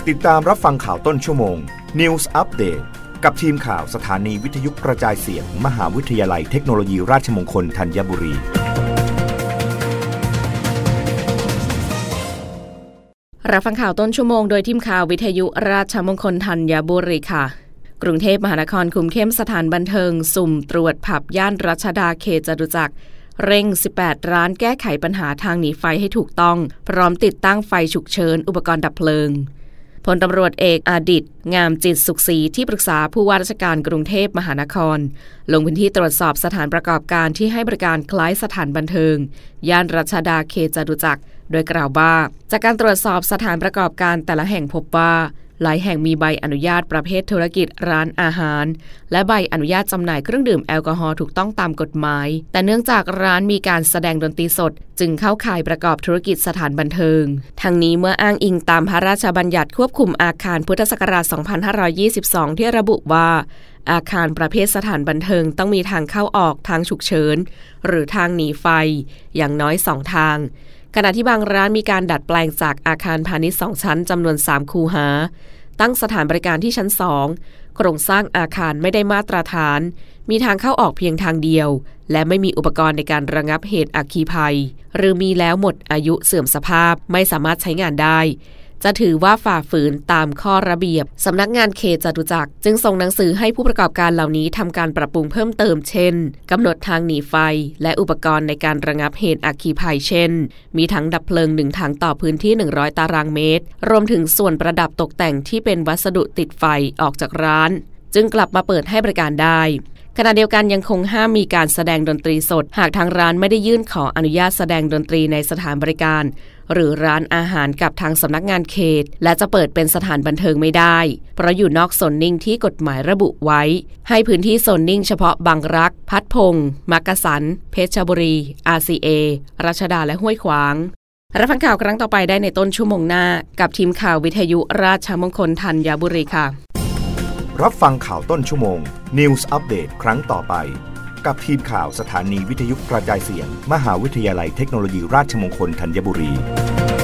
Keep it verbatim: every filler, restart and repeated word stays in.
ติดตามรับฟังข่าวต้นชั่วโมง News Update กับทีมข่าวสถานีวิทยุกระจายเสียง มหาวิทยาลัยเทคโนโลยีราชมงคลธัญบุรีรับฟังข่าวต้นชั่วโมงโดยทีมข่าววิทยุราชมงคลธัญบุรีค่ะกรุงเทพมหานครคุมเข้มสถานบันเทิงสุ่มตรวจผับย่านรัชดาเขตจตุจักรเร่งสิบแปดร้านแก้ไขปัญหาทางหนีไฟให้ถูกต้องพร้อมติดตั้งไฟฉุกเฉินอุปกรณ์ดับเพลิงพลตำรวจเอกอดิษฐ์งามจิตสุขศรีที่ปรึกษาผู้ว่าราชการกรุงเทพมหานครลงพื้นที่ตรวจสอบสถานประกอบการที่ให้บริการคล้ายสถานบันเทิงย่านรัชดาเขตจตุจักรโดยกล่าวว่าจากการตรวจสอบสถานประกอบการแต่ละแห่งพบว่าหลายแห่งมีใบอนุญาตประเภทธุรกิจร้านอาหารและใบอนุญาตจำหน่ายเครื่องดื่มแอลกอฮอล์ถูกต้องตามกฎหมายแต่เนื่องจากร้านมีการแสดงดนตรีสดจึงเข้าข่ายประกอบธุรกิจสถานบันเทิงทั้งนี้เมื่ออ้างอิงตามพระราชบัญญัติควบคุมอาคารพุทธศักราช สองพันห้าร้อยยี่สิบสอง ที่ระบุว่าอาคารประเภทสถานบันเทิงต้องมีทางเข้าออกทางฉุกเฉินหรือทางหนีไฟอย่างน้อยสองทางขณะที่บางร้านมีการดัดแปลงจากอาคารพาณิชย์สองชั้นจำนวนสามคูหาตั้งสถานบริการที่ชั้นสองโครงสร้างอาคารไม่ได้มาตรฐานมีทางเข้าออกเพียงทางเดียวและไม่มีอุปกรณ์ในการระงับเหตุอัคคีภัยหรือมีแล้วหมดอายุเสื่อมสภาพไม่สามารถใช้งานได้จะถือว่าฝ่าฝืนตามข้อระเบียบสำนักงานเขตจตุจักรจึงส่งหนังสือให้ผู้ประกอบการเหล่านี้ทำการปรับปรุงเพิ่มเติมเช่นกำหนดทางหนีไฟและอุปกรณ์ในการระงับเหตุอัคคีภัยเช่นมีถังดับเพลิงหนึ่งถังต่อพื้นที่หนึ่งร้อยตารางเมตรรวมถึงส่วนประดับตกแต่งที่เป็นวัสดุติดไฟออกจากร้านจึงกลับมาเปิดให้บริการได้ขณะเดียวกันยังคงห้ามมีการแสดงดนตรีสดหากทางร้านไม่ได้ยื่นขออนุญาตแสดงดนตรีในสถานบริการหรือร้านอาหารกับทางสำนักงานเขตและจะเปิดเป็นสถานบันเทิงไม่ได้เพราะอยู่นอกโซนนิ่งที่กฎหมายระบุไว้ให้พื้นที่โซนนิ่งเฉพาะบางรักพัดพงษ์มักกะสันเพชรบุรี อาร์ ซี เอ รัชดาและห้วยขวางรับฟังข่าวครั้งต่อไปได้ในต้นชั่วโมงหน้ากับทีมข่าววิทยุราชมงคลธัญบุรีค่ะรับฟังข่าวต้นชั่วโมง News Update ครั้งต่อไปกับทีมข่าวสถานีวิทยุกระจายเสียง มหาวิทยาลัยเทคโนโลยีราชมงคลธัญบุรี